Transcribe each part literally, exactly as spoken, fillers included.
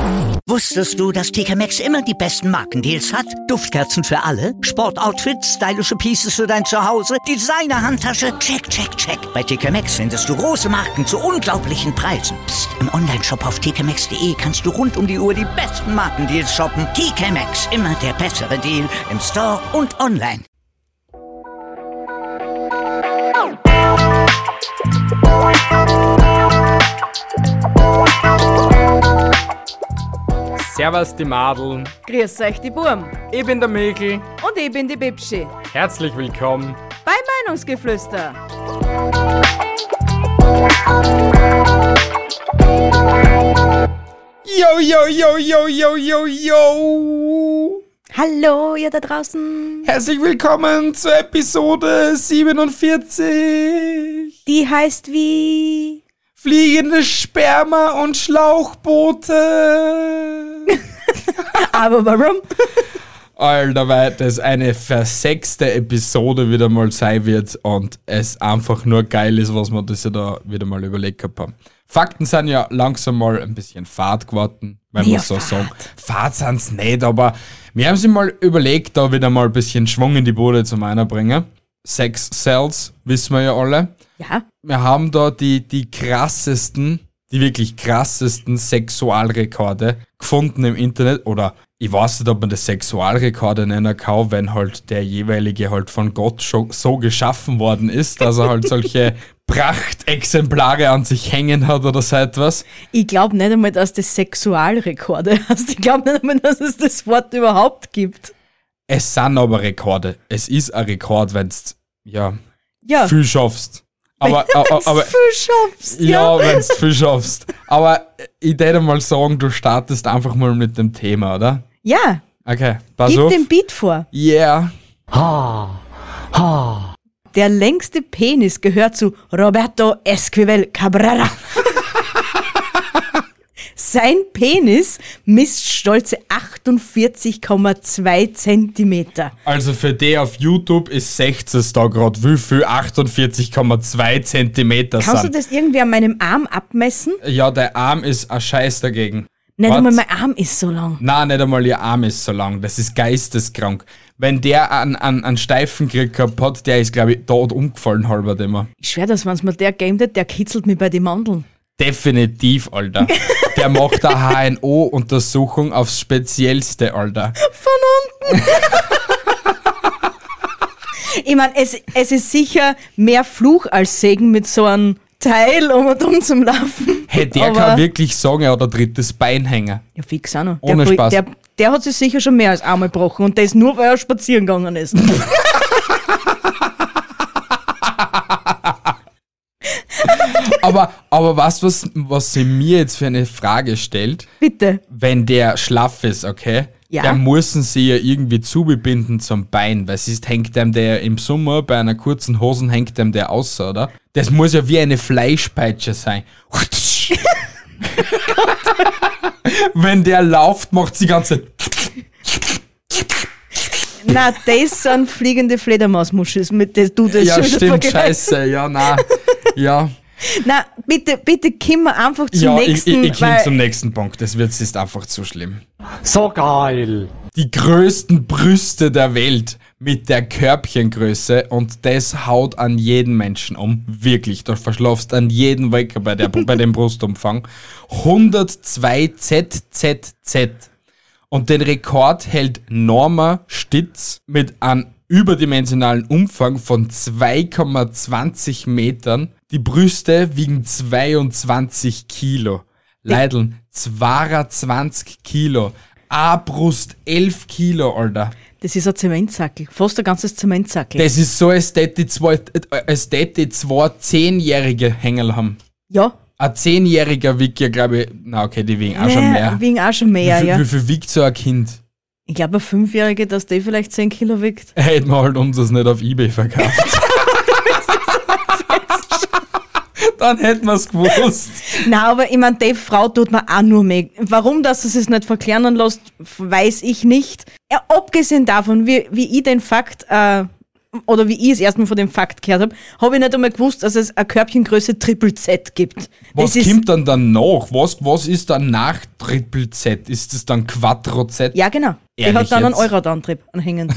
Wusstest du, dass T K Maxx immer die besten Markendeals hat? Duftkerzen für alle, Sportoutfits, stylische Pieces für dein Zuhause, Designer-Handtasche, check, check, check. Bei T K Maxx findest du große Marken zu unglaublichen Preisen. Psst. Im Onlineshop auf t k maxx punkt d e kannst du rund um die Uhr die besten Markendeals shoppen. T K Maxx, immer der bessere Deal im Store und online. Servus die Madeln. Grüß euch die Burm. Ich bin der Mikl. Und ich bin die Bibschi. Herzlich willkommen bei Meinungsgeflüster. Yo, yo, yo, yo, yo, yo, yo. Hallo, ihr da draußen. Herzlich willkommen zur Episode siebenundvierzig. Die heißt wie... Fliegende Sperma und Schlauchboote. Aber warum? Alter, weil das eine versechste Episode wieder mal sein wird und es einfach nur geil ist, was wir das ja da wieder mal überlegt gehabt haben. Fakten sind ja langsam mal ein bisschen fad geworden, wenn ja, man so fad. sagt. Fad sind es nicht, aber wir haben sich mal überlegt, da wieder mal ein bisschen Schwung in die Bude zum einbringen. Sex sells, wissen wir ja alle. Ja. Wir haben da die, die krassesten, die wirklich krassesten Sexualrekorde gefunden im Internet. Oder ich weiß nicht, ob man das Sexualrekorde nennen kann, wenn halt der jeweilige halt von Gott schon so geschaffen worden ist, dass er halt solche Prachtexemplare an sich hängen hat oder so etwas. Ich glaube nicht einmal, dass das Sexualrekorde heißt. Ich glaube nicht einmal, dass es das Wort überhaupt gibt. Es sind aber Rekorde. Es ist ein Rekord, wenn du ja, ja. viel schaffst. Aber, wenn aber, aber, du viel schaffst, ja. Ja, wenn du viel schaffst. Aber ich würde mal sagen, du startest einfach mal mit dem Thema, oder? Ja. Okay, pass Gib auf. den Beat vor. Yeah. Ha, ha. Der längste Penis gehört zu Roberto Esquivel Cabrera. Sein Penis misst stolze achtundvierzig Komma zwei Zentimeter. Also für die auf YouTube ist sechzig da gerade, wie viel achtundvierzig Komma zwei Zentimeter sind. Kannst du das irgendwie an meinem Arm abmessen? Ja, der Arm ist ein Scheiß dagegen. Nicht What? einmal mein Arm ist so lang. Nein, nicht einmal ihr Arm ist so lang. Das ist geisteskrank. Wenn der einen, einen, einen steifen Krieg gehabt hat, der ist, glaube ich, tot umgefallen halber immer. Ich schwör, dass wenn es mir der gegeben hat, der kitzelt mich bei den Mandeln. Definitiv, Alter. Der macht eine H N O-Untersuchung aufs Speziellste, Alter. Von unten. Ich meine, es, es ist sicher mehr Fluch als Segen mit so einem Teil um und um zum Laufen. Hey, der Aber- kann wirklich sagen, er hat ein drittes Bein hängen. Ja, fix auch noch. Ohne der, Spaß. Der, der hat sich sicher schon mehr als einmal gebrochen und das nur, weil er spazieren gegangen ist. Aber, aber weißt du, was, was sie mir jetzt für eine Frage stellt? Bitte. Wenn der schlaff ist, okay? Ja. Der müssen sie ja irgendwie zubinden zum Bein, weil sonst hängt dem der im Sommer bei einer kurzen Hosen hängt dem der aus, oder? Das muss ja wie eine Fleischpeitsche sein. Wenn der läuft, macht sie ganze. Na, das sind fliegende Fledermausmuschis, mit denen du das Ja, schon wieder stimmt, vergleichst. scheiße, ja, na, ja. Na, bitte, bitte kommen wir einfach zum Ja, nächsten. ich, ich, ich komme weil- zum nächsten Punkt, das wird ist einfach zu schlimm. So geil. Die größten Brüste der Welt mit der Körbchengröße und das haut an jeden Menschen um. Wirklich, du verschlafst an jeden Wecker bei, der, bei dem Brustumfang. hundertzwei Z Z Z. Und den Rekord hält Norma Stitz mit einem überdimensionalen Umfang von zwei Komma zwanzig Metern. Die Brüste wiegen zweiundzwanzig Kilo. Leideln, zweiundzwanzig Kilo. A Brust, elf Kilo, Alter. Das ist ein Zementsackel, fast ein ganzes Zementsackel. Das ist so, als hätte zwei, äh, als hätte zwei Zehnjährige Hängel haben. Ja. Ein Zehnjähriger wiegt ja, glaube ich, na okay, die wiegen auch schon Naja, mehr. Wiegen auch schon mehr, wie, viel, ja. wie viel wiegt so ein Kind? Ich glaube, ein Fünfjähriger, dass der vielleicht zehn Kilo wiegt. Hätten wir halt uns das nicht auf eBay verkauft. Dann hätten wir es gewusst. Nein, aber ich meine, die Frau tut mir auch nur mehr. Warum, dass sie es nicht verkleinern lässt, weiß ich nicht. Ja, abgesehen davon, wie, wie ich den Fakt äh, oder wie ich es erstmal von dem Fakt gehört habe, habe ich nicht einmal gewusst, dass es eine Körbchengröße Triple Z gibt. Was Das ist, kommt dann danach? Was, was ist dann nach Triple Z? Ist das dann Quattro Z? ja, genau. Die Ehrlich hat dann einen jetzt? Allradantrieb, einen hängenden.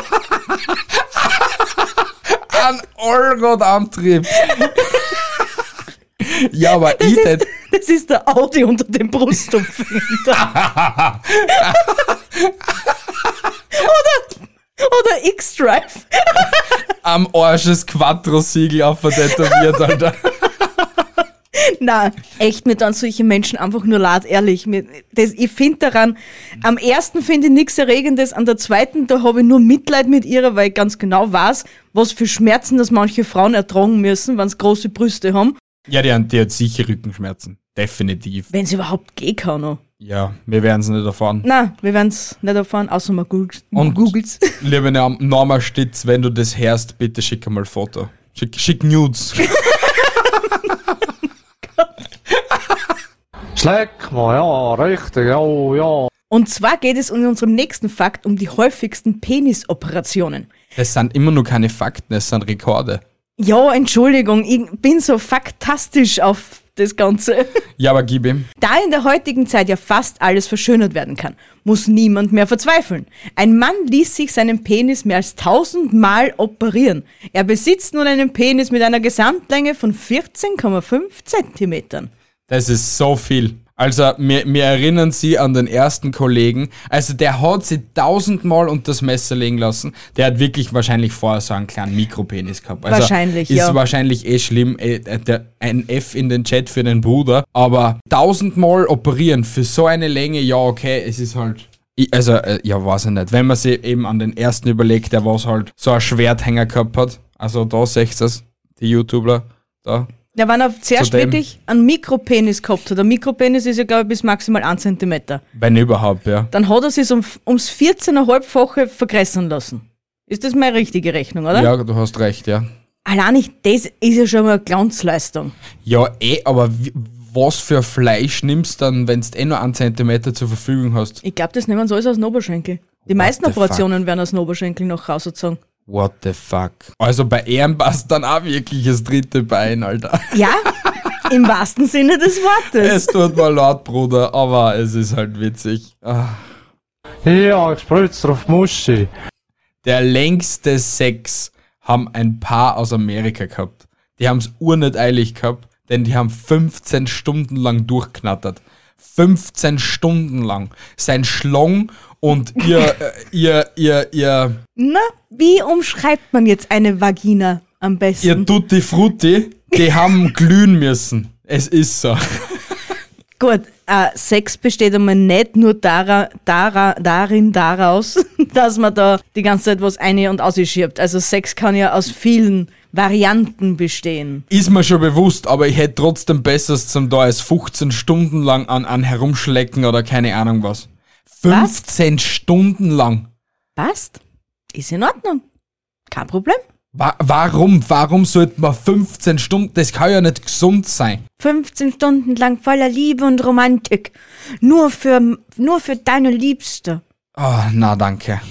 Ein Allradantrieb. Ja, aber Das ich ist, tät- das ist der Audi unter dem Brustumfänger. oder, oder X-Drive. am Arsch das Quattro-Siegel auftätowiert, Alter. Nein, echt, mir dann solche Menschen einfach nur leid, ehrlich. Mir, das, ich finde daran, am ersten finde ich nichts Erregendes, an der zweiten, da habe ich nur Mitleid mit ihr, weil ich ganz genau weiß, was für Schmerzen das manche Frauen ertragen müssen, wenn sie große Brüste haben. Ja, die, hat- die hat sicher Rückenschmerzen. Definitiv. Wenn sie überhaupt gehen kann. Noch. Ja, wir werden es nicht erfahren. Nein, wir werden es nicht erfahren, außer man googelt. Und- Googles. Liebe Norm- Norma Stitz, wenn du das hörst, bitte schick mal ein Foto. Schick, schick Nudes. Schleck mal, ja, richtig, ja, ja. Und zwar geht es in unserem nächsten Fakt um die häufigsten Penisoperationen. Das sind immer nur keine Fakten, das sind Rekorde. Ja, Entschuldigung, ich bin so faktastisch auf das Ganze. Ja, aber gib ihm. Da in der heutigen Zeit ja fast alles verschönert werden kann, muss niemand mehr verzweifeln. Ein Mann ließ sich seinen Penis mehr als tausendmal operieren. Er besitzt nun einen Penis mit einer Gesamtlänge von vierzehn Komma fünf Zentimetern. Das ist so viel. Also, mir, mir erinnern Sie an den ersten Kollegen. Also, der hat sich tausendmal unter das Messer legen lassen. Der hat wirklich wahrscheinlich vorher so einen kleinen Mikropenis gehabt. Also, Wahrscheinlich, ist ja. wahrscheinlich eh schlimm. Eh, der, ein F in den Chat für den Bruder. Aber tausendmal operieren für so eine Länge, ja, okay, es ist halt. Ich, also, äh, ja, weiß ich nicht. Wenn man sich eben an den ersten überlegt, der was halt so ein Schwerthänger gehabt hat. Also, da seht ihr es, die YouTuber. Da. Ja, wenn er zuerst Zudem- wirklich einen Mikropenis gehabt hat, ein Mikropenis ist ja, glaube ich, bis maximal ein Zentimeter, Wenn überhaupt, ja. dann hat er sich um, ums vierzehn Komma fünf-fache vergrößern lassen. Ist das meine richtige Rechnung, oder? Ja, du hast recht, ja. Allein nicht, das ist ja schon mal eine Glanzleistung. Ja, eh, aber wie, was für Fleisch nimmst du dann, wenn du eh nur einen Zentimeter zur Verfügung hast? Ich glaube, das nehmen sie alles aus dem Oberschenkel. Die meisten the Operationen werden aus dem Oberschenkel noch rausgezogen. What the fuck? Also bei ihm passt dann auch wirklich das dritte Bein, Alter. Ja, im wahrsten Sinne des Wortes. Es tut mir leid, Bruder, aber es ist halt witzig. Ah. Ja, ich spritz drauf Muschi. Der längste Sex haben ein Paar aus Amerika gehabt. Die haben es urnicht eilig gehabt, denn die haben fünfzehn Stunden lang durchknattert. fünfzehn Stunden lang. Sein Schlong und ihr, äh, ihr, ihr, ihr, Na, wie umschreibt man jetzt eine Vagina am besten? ihr Tutti Frutti, die haben glühen müssen. Es ist so. Gut, äh, Sex besteht einmal nicht nur dara, dara, darin, daraus, dass man da die ganze Zeit was ein- und ausschiebt. Also Sex kann ja aus vielen Varianten bestehen. Ist mir schon bewusst, aber ich hätte trotzdem Besseres zum da als fünfzehn Stunden lang an, an herumschlecken oder keine Ahnung was. fünfzehn Stunden lang. Passt. Ist in Ordnung. Kein Problem. Wa warum? Warum sollte man fünfzehn Stunden? Das kann ja nicht gesund sein. fünfzehn Stunden lang voller Liebe und Romantik. Nur für, nur für deine Liebste. Oh, na danke.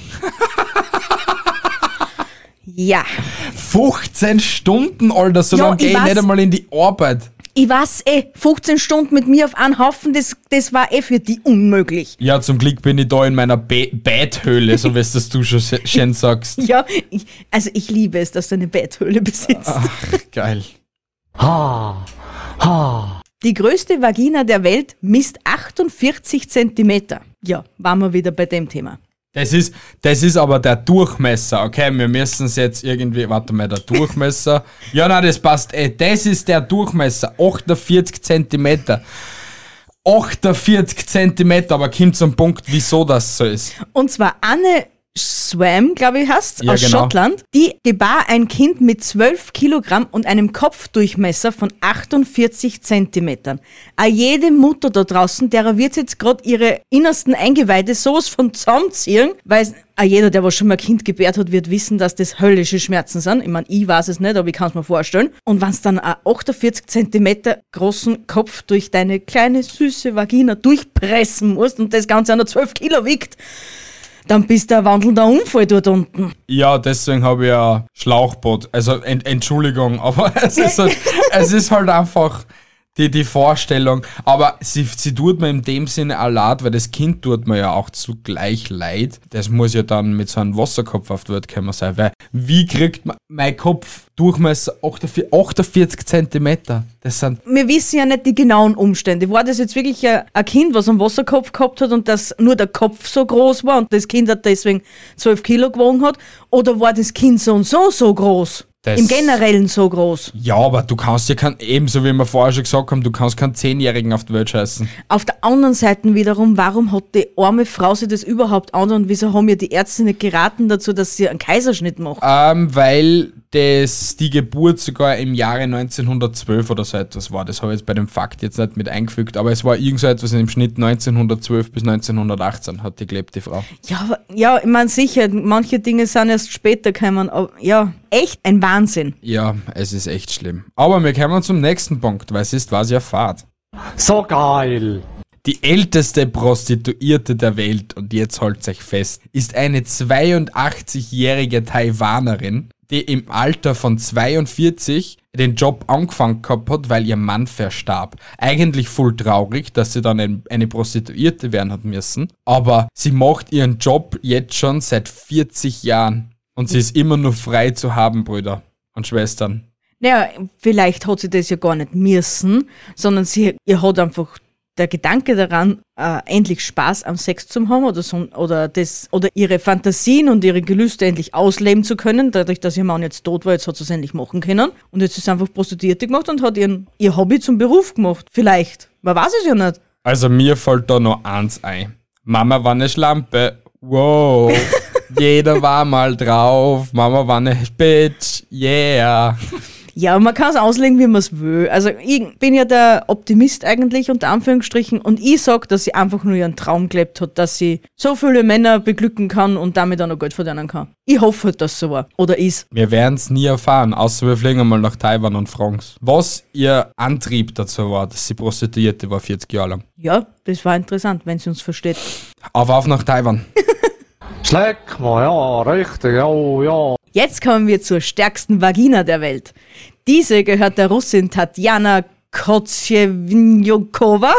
Ja. fünfzehn Stunden, Alter, so Ja, lange ich gehe ich weiß. nicht einmal in die Arbeit. Ich weiß eh, fünfzehn Stunden mit mir auf einen Haufen, das, das war eh für die unmöglich. Ja, zum Glück bin ich da in meiner Be Betthöhle, so wie es das du schon se- schön sagst. Ja, ich, also ich liebe es, dass du eine Betthöhle besitzt. Ach, geil. Ha, ha. Die größte Vagina der Welt misst achtundvierzig Zentimeter. Ja, waren wir wieder bei dem Thema. Das ist, das ist aber der Durchmesser, okay? Wir müssen es jetzt irgendwie, warte mal, der Durchmesser. Ja, nein, das passt eh. Das ist der Durchmesser, achtundvierzig Zentimeter. achtundvierzig Zentimeter, aber kommt zum Punkt, wieso das so ist. Und zwar Anne Swam, glaube ich, heißt, Ja, aus genau. Schottland. Die gebar ein Kind mit zwölf Kilogramm und einem Kopfdurchmesser von achtundvierzig Zentimetern. A jede Mutter da draußen, derer wird jetzt gerade ihre innersten Eingeweide sowas von zusammenziehen, weil a jeder, der was schon mal ein Kind gebärt hat, wird wissen, dass das höllische Schmerzen sind. Ich meine, ich weiß es nicht, aber ich kann es mir vorstellen. Und wenn du dann einen achtundvierzig Zentimeter großen Kopf durch deine kleine, süße Vagina durchpressen musst und das Ganze an zwölf Kilo wiegt, dann bist du ein wandelnder Unfall dort unten. Ja, deswegen habe ich ein Schlauchboot. Also en- Entschuldigung, aber es ist halt, es ist halt einfach die, die Vorstellung. Aber sie, sie tut mir in dem Sinne auch leid, weil das Kind tut mir ja auch zugleich leid. Das muss ja dann mit so einem Wasserkopf auf die Welt kommen sein. Weil wie kriegt man mein Kopf Durchmesser achtundvierzig Zentimeter? Das sind Wir wissen ja nicht die genauen Umstände. War das jetzt wirklich ein, ein Kind, was einen Wasserkopf gehabt hat und dass nur der Kopf so groß war und das Kind hat deswegen zwölf Kilo gewogen hat? Oder war das Kind so und so so groß? Das- Im Generellen so groß? ja, aber du kannst ja kein, ebenso wie wir vorher schon gesagt haben, du kannst keinen Zehnjährigen auf die Welt scheißen. Auf der anderen Seite wiederum, warum hat die arme Frau sich das überhaupt an und wieso haben ihr die Ärzte nicht geraten dazu, dass sie einen Kaiserschnitt macht? Ähm, weil das die Geburt sogar im Jahre neunzehnhundertzwölf oder so etwas war. Das habe ich jetzt bei dem Fakt jetzt nicht mit eingefügt, aber es war irgend so etwas im Schnitt neunzehnhundertzwölf bis neunzehnhundertachtzehn hat die gelebt, die Frau. Ja, aber- ja, ich meine sicher, manche Dinge sind erst später gekommen, aber ja, echt ein Wahnsinn. Ja, es ist echt schlimm. Aber wir kommen zum nächsten Punkt, weil es ist was ja Fahrt. So geil. Die älteste Prostituierte der Welt, und jetzt halt's euch fest, ist eine zweiundachtzigjährige Taiwanerin, die im Alter von zweiundvierzig den Job angefangen gehabt hat, weil ihr Mann verstarb. Eigentlich voll traurig, dass sie dann ein, eine Prostituierte werden hat müssen, aber sie macht ihren Job jetzt schon seit vierzig Jahren und sie ist immer nur frei zu haben, Brüder und Schwestern. Naja, vielleicht hat sie das ja gar nicht müssen, sondern sie, ihr hat einfach der Gedanke daran, äh, endlich Spaß am Sex zu haben oder, so, oder, das, oder ihre Fantasien und ihre Gelüste endlich ausleben zu können, dadurch, dass ihr Mann jetzt tot war, jetzt hat sie es endlich machen können. Und jetzt ist sie einfach Prostituierte gemacht und hat ihren, ihr Hobby zum Beruf gemacht. Vielleicht. Man weiß es ja nicht. Also mir fällt da noch eins ein. Mama war eine Schlampe. Wow. Jeder war mal drauf. Mama war eine Bitch. Yeah. Ja, man kann es auslegen, wie man es will. Also ich bin ja der Optimist eigentlich, unter Anführungsstrichen, und ich sag, dass sie einfach nur ihren Traum gelebt hat, dass sie so viele Männer beglücken kann und damit auch noch Geld verdienen kann. Ich hoffe halt, dass es so war. Oder ist. Wir werden es nie erfahren, außer wir fliegen mal nach Taiwan und fragen's. Was ihr Antrieb dazu war, dass sie Prostituierte war vierzig Jahre lang. Ja, das war interessant, wenn sie uns versteht. Aber auf nach Taiwan. Schleck mal, ja, richtig, oh ja. Jetzt kommen wir zur stärksten Vagina der Welt. Diese gehört der Russin Tatjana Kotschevnikova.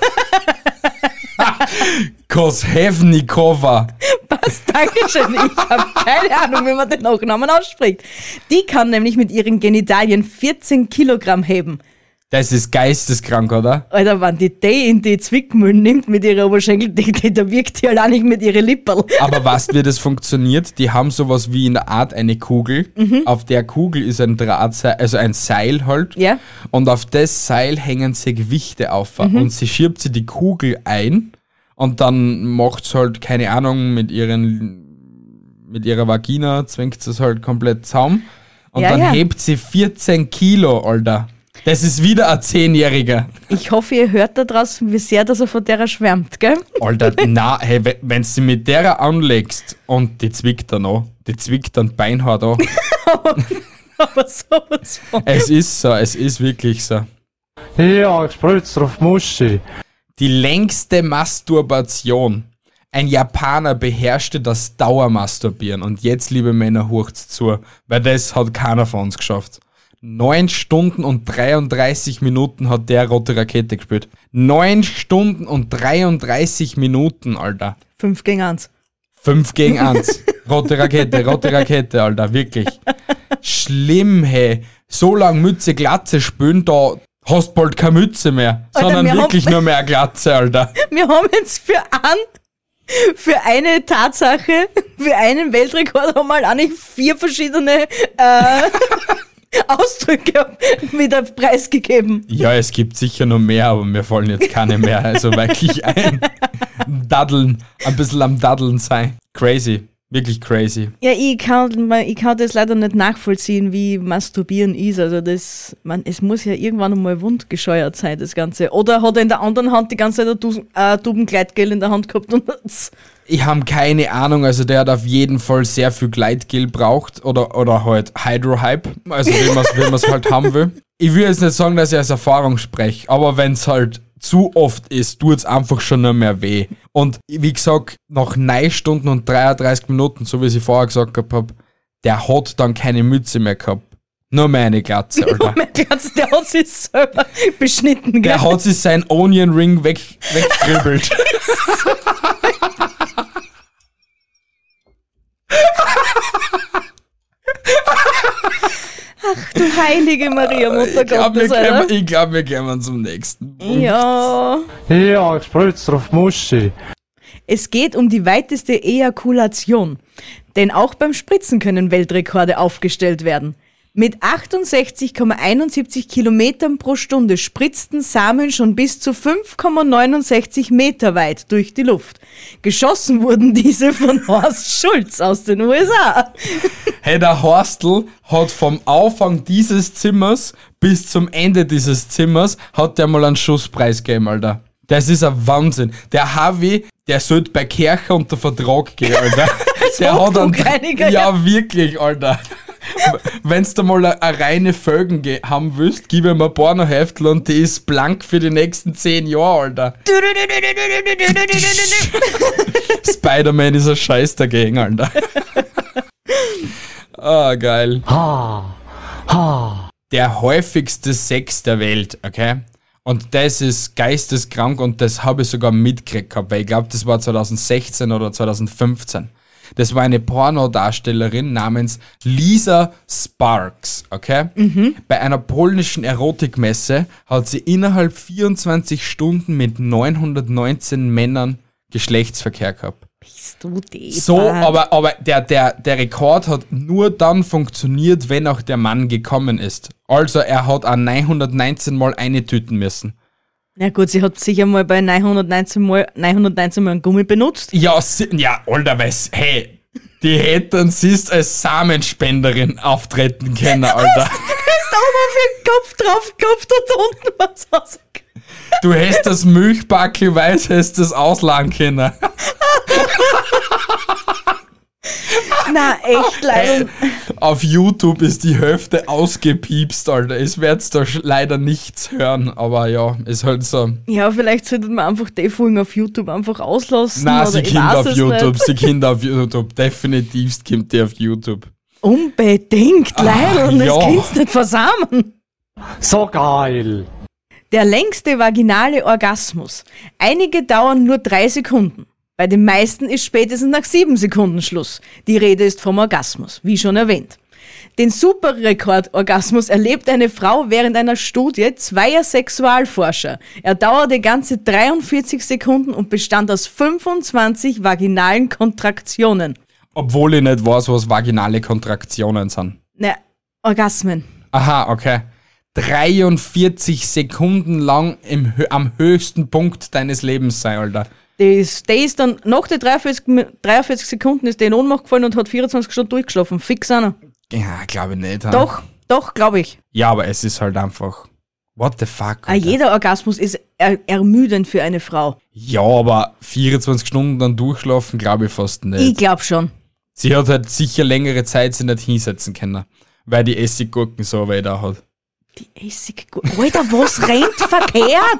Koshevnikova. Passt, Dankeschön. Ich habe keine Ahnung, wie man den Nachnamen ausspricht. Die kann nämlich mit ihren Genitalien vierzehn Kilogramm heben. Das ist geisteskrank, oder? Alter, wenn die die in die Zwickmühlen nimmt mit ihrer Oberschenkeldecke, da wirkt die allein nicht mit ihren Lippen. Aber weißt du, wie das funktioniert? Die haben sowas wie in der Art eine Kugel. Auf der Kugel ist ein Drahtseil, also ein Seil halt. Ja. Und auf das Seil hängen sie Gewichte auf. Und sie schiebt sie die Kugel ein und dann macht sie halt, keine Ahnung, mit ihren mit ihrer Vagina zwingt sie es halt komplett zusammen. Und Ja, dann ja. hebt sie vierzehn Kilo, Alter. Das ist wieder ein Zehnjähriger. Ich hoffe, ihr hört da draußen, wie sehr dass er von der schwärmt, gell? Alter, na, hey, we- wenn du mit der anlegst und die zwickt dann an, die zwickt dann beinhart an. Aber sowas von. Es ist so, es ist wirklich so. Ja, ich spritze auf Muschi. Die längste Masturbation. Ein Japaner beherrschte das Dauermasturbieren. Und jetzt, liebe Männer, hurcht's zu, weil das hat keiner von uns geschafft. Neun Stunden und dreiunddreißig Minuten hat der rote Rakete gespielt. Neun Stunden und dreiunddreißig Minuten, Alter. Fünf gegen eins. Fünf gegen eins. Rote Rakete, rote Rakete, Alter, wirklich. Schlimm, hey. So lang Mütze, Glatze spülen, da hast bald keine Mütze mehr, Alter, sondern wir wirklich haben- nur mehr eine Glatze, Alter. Wir haben jetzt für an, für eine Tatsache, für einen Weltrekord haben wir halt eigentlich vier verschiedene äh, Ausdrücke wieder preisgegeben. Ja, es gibt sicher noch mehr, aber mir fallen jetzt keine mehr. Also wirklich ein Daddeln, ein bisschen am Daddeln sein. Crazy, wirklich crazy. Ja, ich kann, ich kann das leider nicht nachvollziehen, wie Masturbieren ist. Also das, man, es muss ja irgendwann einmal wundgescheuert sein, das Ganze. Oder hat er in der anderen Hand die ganze Zeit ein Dus- äh, Tuben Gleitgel in der Hand gehabt und Ich habe keine Ahnung, also der hat auf jeden Fall sehr viel Gleitgel braucht oder, oder halt Hydrohype, also wie man es wie man's halt haben will. Ich will jetzt nicht sagen, dass ich aus Erfahrung spreche, aber wenn es halt zu oft ist, tut es einfach schon nicht mehr weh. Und wie gesagt, nach neun Stunden und dreiunddreißig Minuten, so wie ich vorher gesagt habe, der hat dann keine Mütze mehr gehabt. Nur mehr eine Glatze, Alter. Nur mehr Glatze, der hat sich selber beschnitten, gell? Der hat sich sein Onion Ring weg, weggekribbelt. Ach du heilige Maria, Mutter Ich glaube, wir, Gottes, Alter. kämen- ich glaub, wir kommen zum nächsten. Ja. Ja, ich spritz drauf Muschi. Es geht um die weiteste Ejakulation. Denn auch beim Spritzen können Weltrekorde aufgestellt werden. Mit achtundsechzig Komma einundsiebzig Kilometern pro Stunde spritzten Samen schon bis zu fünf Komma neunundsechzig Meter weit durch die Luft. Geschossen wurden diese von Horst Schulz aus den U S A. Hey, der Horstl hat vom Anfang dieses Zimmers bis zum Ende dieses Zimmers hat der mal einen Schusspreis gegeben, Alter. Das ist ein Wahnsinn. Der Harvey, der sollte bei Kirche unter Vertrag gehen, Alter. Der hat einen, Hochdruckreiniger, ja, wirklich, Alter. Wenn's da mal eine reine Folgen ge- haben willst, gib ihm ein Pornoheftel und die ist blank für die nächsten zehn Jahre, Alter. Spider-Man ist ein Scheiß dagegen, Alter. Ah, geil. Ha, ha. Der häufigste Sex der Welt, okay? Und das ist geisteskrank und das habe ich sogar mitgekriegt gehabt, weil ich glaube, das war zwanzig sechzehn oder zwanzig fünfzehn. Das war eine Pornodarstellerin namens Lisa Sparks, okay? Mhm. Bei einer polnischen Erotikmesse hat sie innerhalb vierundzwanzig Stunden mit neunhundertneunzehn Männern Geschlechtsverkehr gehabt. Bist du deppert. So, aber, aber der, der, der Rekord hat nur dann funktioniert, wenn auch der Mann gekommen ist. Also er hat auch neunhundertneunzehn Mal eine tüten müssen. Na gut, sie hat sicher mal bei neunhundertneunzehn Mal, neunhundertneunzehn Mal einen Gummi benutzt. Ja, si- ja, Alter, was, hey, die hätten siehst als Samenspenderin auftreten können, Alter. Hast du auch mal für den Kopf drauf gehabt und unten was rausgekommen. Du hättest das Milchbackel weiß, hättest das ausladen können. Na, echt leider. Auf YouTube ist die Hälfte ausgepiepst, Alter. Es wird's da sch- leider nichts hören, aber ja, ist halt so. Ja, vielleicht sollte man einfach die Folgen auf YouTube einfach auslassen. Na, oder sie ich Kinder weiß auf es YouTube, nicht. sie Kinder auf YouTube. Definitivst kommt die auf YouTube. Unbedingt, leider. Und ja. das kannst du nicht versamen. So geil. Der längste vaginale Orgasmus. Einige dauern nur drei Sekunden. Bei den meisten ist spätestens nach sieben Sekunden Schluss. Die Rede ist vom Orgasmus, wie schon erwähnt. Den Superrekordorgasmus erlebt eine Frau während einer Studie zweier Sexualforscher. Er dauerte ganze dreiundvierzig Sekunden und bestand aus fünfundzwanzig vaginalen Kontraktionen. Obwohl ich nicht weiß, was vaginale Kontraktionen sind. Na, Orgasmen. Aha, okay. dreiundvierzig Sekunden lang im, hö- am höchsten Punkt deines Lebens sein, Alter. Der ist, der ist dann, nach den dreiundvierzig, Mi- dreiundvierzig Sekunden ist der in Ohnmacht gefallen und hat vierundzwanzig Stunden durchgeschlafen. Fix einer. Ja, glaube ich nicht. ha? Doch, doch, glaube ich. Ja, aber es ist halt einfach. What the fuck? Ah, Alter. jeder Orgasmus ist er ermüdend für eine Frau. Ja, aber vierundzwanzig Stunden dann durchschlafen, glaube ich fast nicht. Ich glaube schon. Sie hat halt sicher längere Zeit sich nicht hinsetzen können, weil die Essiggurken so weit da hat. Die Essiggurke. Alter, was rennt verkehrt?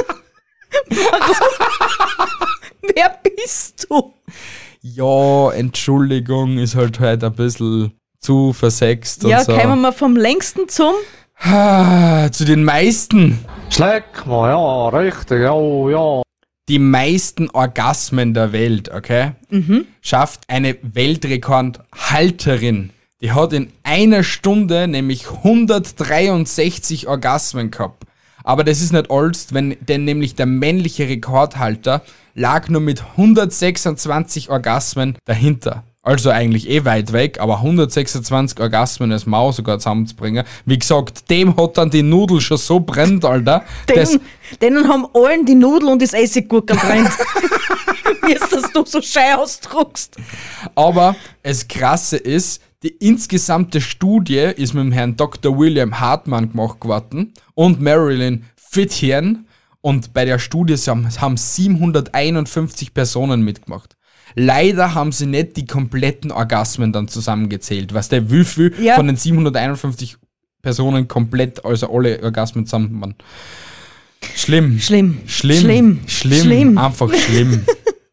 Warum? Wer bist du? Ja, Entschuldigung, ist halt halt ein bisschen zu versext Ja, und so. kommen wir vom längsten zum. Ah, zu den meisten. Schleck mal, ja, richtig, ja, ja. Die meisten Orgasmen der Welt, okay? Mhm. Schafft eine Weltrekordhalterin. Die hat in einer Stunde nämlich hundertdreiundsechzig Orgasmen gehabt. Aber das ist nicht alles, wenn, denn nämlich der männliche Rekordhalter lag nur mit hundertsechsundzwanzig Orgasmen dahinter. Also eigentlich eh weit weg, aber hundertsechsundzwanzig Orgasmen als Maus sogar zusammenzubringen. Wie gesagt, dem hat dann die Nudel schon so brennt, Alter. das, Denen, denen haben allen die Nudel und das Essiggurken brennt. Wie ist das du so schei ausdruckst? aber das Krasse ist, die insgesamte Studie ist mit dem Herrn Doktor William Hartmann gemacht worden und Marilyn Fithian. Und bei der Studie haben, haben siebenhunderteinundfünfzig Personen mitgemacht. Leider haben sie nicht die kompletten Orgasmen dann zusammengezählt. Weißt du, wie viel Ja. von den siebenhunderteinundfünfzig Personen komplett, also alle Orgasmen zusammen waren. Schlimm. Schlimm. Schlimm. Schlimm. Schlimm. Schlimm. Einfach schlimm.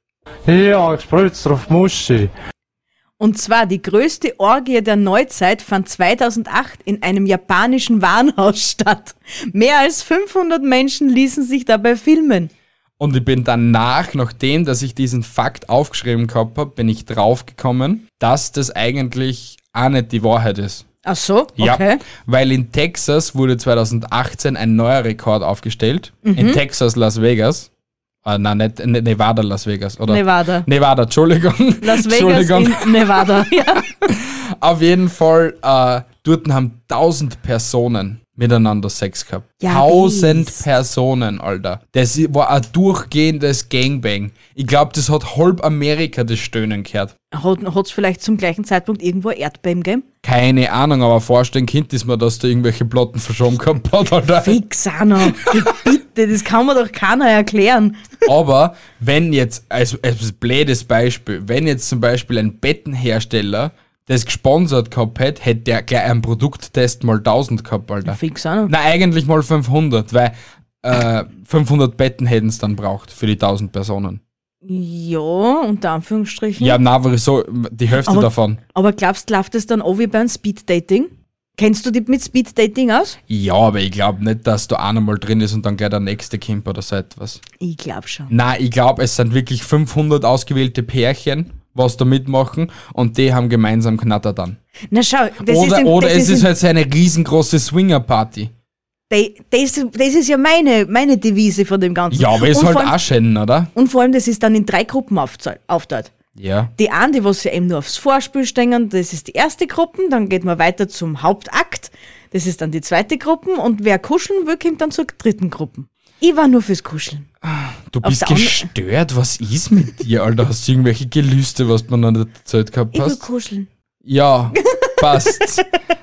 Ja, ich spritze auf Muschi. Und zwar die größte Orgie der Neuzeit fand zweitausendacht in einem japanischen Warenhaus statt. Mehr als fünfhundert Menschen ließen sich dabei filmen. Und ich bin danach, nachdem, dass ich diesen Fakt aufgeschrieben gehabt habe, bin ich draufgekommen, dass das eigentlich auch nicht die Wahrheit ist. Ach so, okay. Ja, weil in Texas wurde zweitausendachtzehn ein neuer Rekord aufgestellt. Mhm. In Texas, Las Vegas. Ah, nein, nicht in Nevada, Las Vegas, oder? Nevada. Nevada, Entschuldigung. Las Vegas Entschuldigung. in Nevada, ja. Auf jeden Fall, äh, dort haben tausend Personen miteinander Sex gehabt. Ja, Tausend Mist. Personen, Alter. Das war ein durchgehendes Gangbang. Ich glaube, das hat halb Amerika das Stöhnen gehört. Hat es vielleicht zum gleichen Zeitpunkt irgendwo Erdbeben gegeben? Keine Ahnung, aber vorstellen Kind ist mir, dass da irgendwelche Platten verschoben gehabt hat, Alter. Fix, Anna. Bitte, das kann mir doch keiner erklären. Aber wenn jetzt, als, als blödes Beispiel, wenn jetzt zum Beispiel ein Bettenhersteller das gesponsert gehabt hätte, hätte der gleich einen Produkttest mal tausend gehabt, Alter. Fix, Anna. Na, eigentlich mal fünfhundert, weil äh, fünfhundert Betten hätten es dann braucht für die tausend Personen. Ja, unter Anführungsstrichen. Ja, na, aber so die Hälfte Aber- davon. Aber glaubst du, läuft das dann auch wie beim Speeddating? Kennst du dich mit Speeddating aus? Ja, aber ich glaube nicht, dass da einer mal drin ist und dann gleich der nächste kommt oder so etwas. Ich glaube schon. Nein, ich glaube, es sind wirklich fünfhundert ausgewählte Pärchen, was da mitmachen und die haben gemeinsam Knatter dann. Na schau, das Oder, ist, in, oder das es ist, ist in, halt so eine riesengroße Swinger-Party. de- das, das ist ja meine, meine Devise von dem Ganzen. Ja, aber ist und halt vor allem, auch schön, oder? Und vor allem, das ist dann in drei Gruppen aufze- aufteilt. Ja. Die eine, die was ja eben nur aufs Vorspiel stehen, das ist die erste Gruppe, dann geht man weiter zum Hauptakt, das ist dann die zweite Gruppe und wer kuscheln will, kommt dann zur dritten Gruppe. Ich war nur fürs Kuscheln. Du Auf bist der andre- gestört, was ist mit dir, Alter? Hast du irgendwelche Gelüste, was du mir noch nicht erzählt gehabt Ich will hast? kuscheln. Ja, passt.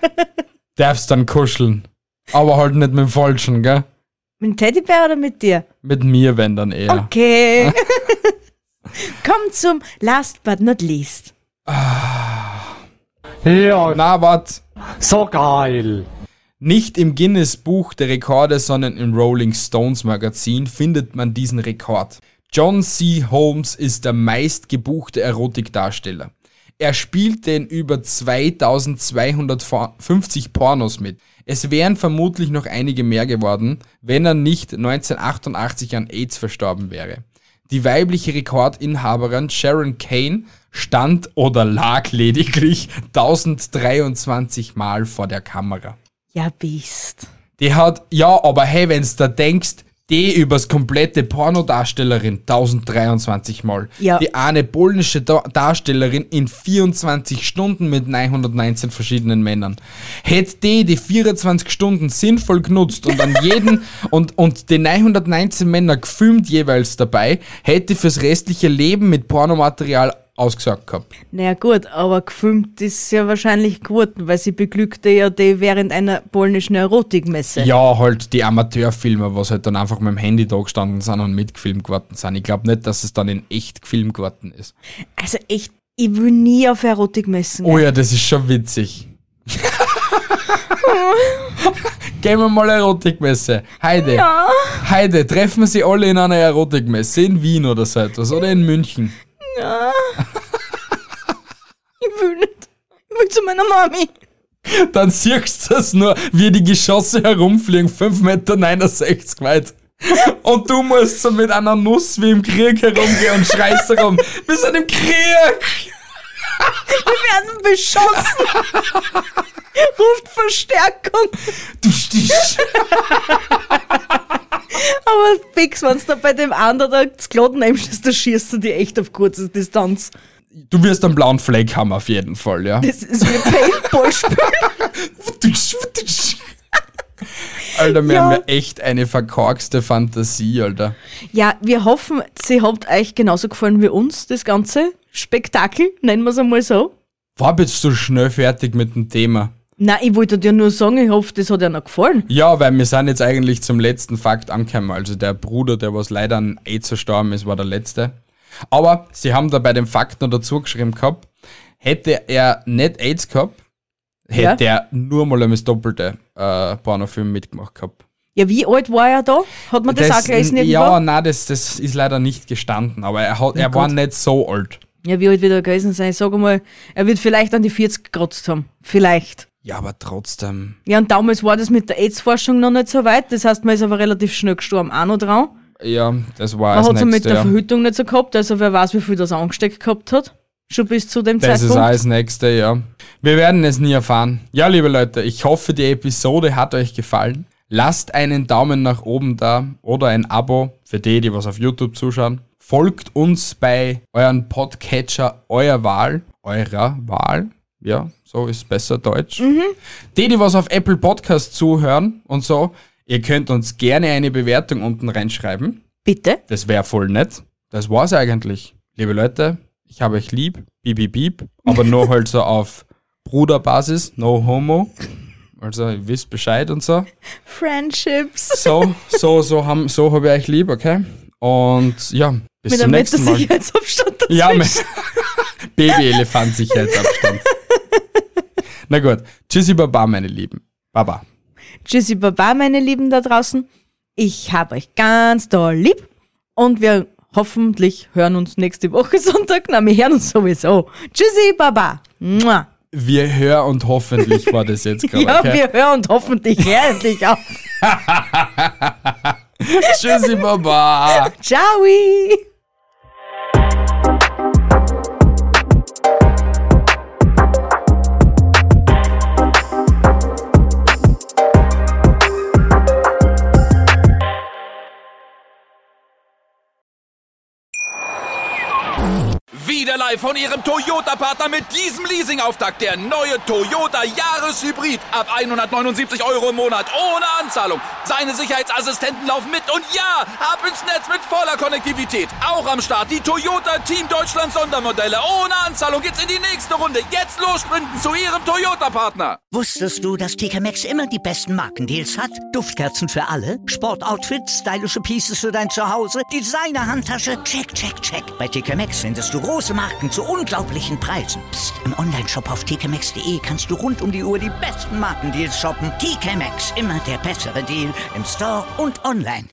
Darfst dann kuscheln. Aber halt nicht mit dem Falschen, gell? Mit dem Teddybär oder mit dir? Mit mir, wenn dann eher. Okay. Komm zum Last but not least. Ja, Na, wart. so geil. Nicht im Guinness-Buch der Rekorde, sondern im Rolling Stones Magazin findet man diesen Rekord. John C. Holmes ist der meistgebuchte Erotikdarsteller. Er spielte in über zweitausendzweihundertfünfzig Pornos mit. Es wären vermutlich noch einige mehr geworden, wenn er nicht neunzehnhundertachtundachtzig an AIDS verstorben wäre. Die weibliche Rekordinhaberin Sharon Kane stand oder lag lediglich tausenddreiundzwanzig Mal vor der Kamera. Ja, bist. Die hat, ja, aber hey, wenn's da denkst, die übers komplette Pornodarstellerin tausenddreiundzwanzig Mal. Ja. Die eine polnische da Darstellerin in vierundzwanzig Stunden mit neunhundertneunzehn verschiedenen Männern. Hätte die die vierundzwanzig Stunden sinnvoll genutzt und an jeden und, und die neunhundertneunzehn Männer gefilmt jeweils dabei, hätte fürs restliche Leben mit Pornomaterial ausgesagt gehabt. Naja gut, aber gefilmt ist ja wahrscheinlich geworden, weil sie beglückte ja die während einer polnischen Erotikmesse. Ja, halt die Amateurfilmer, was halt dann einfach mit dem Handy da gestanden sind und mitgefilmt geworden sind. Ich glaube nicht, dass es dann in echt gefilmt geworden ist. Also echt, ich will nie auf Erotikmessen Oh gehen. ja, das ist schon witzig. Gehen wir mal Erotikmesse. Heide. Ja. Heide, treffen wir sie alle in einer Erotikmesse. In Wien oder so etwas. Oder in München. Ja. Ich will nicht. Ich will zu meiner Mami. Dann siehst du das nur, wie die Geschosse herumfliegen, fünf Meter neunundsechzig weit. Und du musst so mit einer Nuss wie im Krieg herumgehen und schreist herum. Wir sind im Krieg! Wir werden beschossen. Ruft Verstärkung. Du stichst. Aber fix, wenn du da bei dem anderen da das Kloten nimmst, da schießt du die echt auf kurze Distanz. Du wirst einen blauen Fleck haben auf jeden Fall, ja. Das ist wie Paintball spielen. Alter, wir Ja. haben ja echt eine verkorkste Fantasie, Alter. Ja, wir hoffen, sie habt euch genauso gefallen wie uns, das ganze Spektakel, nennen wir es einmal so. War jetzt so schnell fertig mit dem Thema? Nein, ich wollte dir nur sagen, ich hoffe, das hat dir noch gefallen. Ja, weil wir sind jetzt eigentlich zum letzten Fakt angekommen. Also der Bruder, der was leider an AIDS verstorben ist, war der letzte. Aber sie haben da bei dem Fakt noch dazu geschrieben gehabt, hätte er nicht AIDS gehabt, hätte er nur mal das doppelte äh, Pornofilm mitgemacht gehabt. Ja, wie alt war er da? Hat man das, das auch gelesen irgendwo? Ja, nein, das, das ist leider nicht gestanden, aber er, hat, er war nicht so alt. Ja, wie alt wird er gewesen sein? Sag mal, er wird vielleicht an die vierzig gekratzt haben. Vielleicht. Ja, aber trotzdem. Ja, und damals war das mit der AIDS-Forschung noch nicht so weit. Das heißt, man ist aber relativ schnell gestorben, auch noch dran. Ja, das war Man das hat es nächste, mit der ja. Verhütung nicht so gehabt, also wer weiß, wie viel das angesteckt gehabt hat. Schon bis zu dem Das Zeitpunkt. ist auch das nächste, ja. Wir werden es nie erfahren. Ja, liebe Leute, ich hoffe, die Episode hat euch gefallen. Lasst einen Daumen nach oben da oder ein Abo für die, die was auf YouTube zuschauen. Folgt uns bei euren Podcatcher eurer Wahl. Eurer Wahl. Ja, so ist besser Deutsch. Mhm. Die, die was auf Apple Podcast zuhören und so, ihr könnt uns gerne eine Bewertung unten reinschreiben. Bitte? Das wäre voll nett. Das war's eigentlich. Liebe Leute, ich habe euch lieb. Bieb, bieb, bieb. Aber nur halt so auf Bruderbasis. No homo. Also, ihr wisst Bescheid und so. Friendships. So, so, so, haben, so habe ich euch lieb, okay? Und ja, bis Mit zum einem nächsten Mal. Sicherheitsabstand dazwischen. Ja, mit Baby-Elefant-Sicherheitsabstand. Na gut. Tschüssi, Baba, meine Lieben. Baba. Tschüssi, Baba, meine Lieben da draußen. Ich habe euch ganz doll lieb und wir hoffentlich hören uns nächste Woche Sonntag. Na, wir hören uns sowieso. Tschüssi, Baba. Mua. Wir hören und hoffentlich war das jetzt gerade, Ja, okay? wir hören und hoffentlich endlich auf. Tschüssi, Baba. Ciao. Wieder live von Ihrem Toyota-Partner mit diesem Leasing-Auftakt. Der neue Toyota Jahreshybrid. Ab hundertneunundsiebzig Euro im Monat. Ohne Anzahlung. Seine Sicherheitsassistenten laufen mit. Und ja, ab ins Netz mit voller Konnektivität. Auch am Start die Toyota Team Deutschland Sondermodelle. Ohne Anzahlung geht's in die nächste Runde. Jetzt los sprinten zu Ihrem Toyota-Partner. Wusstest du, dass T K Maxx immer die besten Markendeals hat? Duftkerzen für alle, Sportoutfits, stylische Pieces für dein Zuhause, Designer-Handtasche, check, check, check. Bei T K Maxx findest du große Marken zu unglaublichen Preisen. Psst. im Onlineshop auf t k maxx punkt d e kannst du rund um die Uhr die besten Markendeals shoppen. T K Maxx, immer der bessere Deal im Store und online.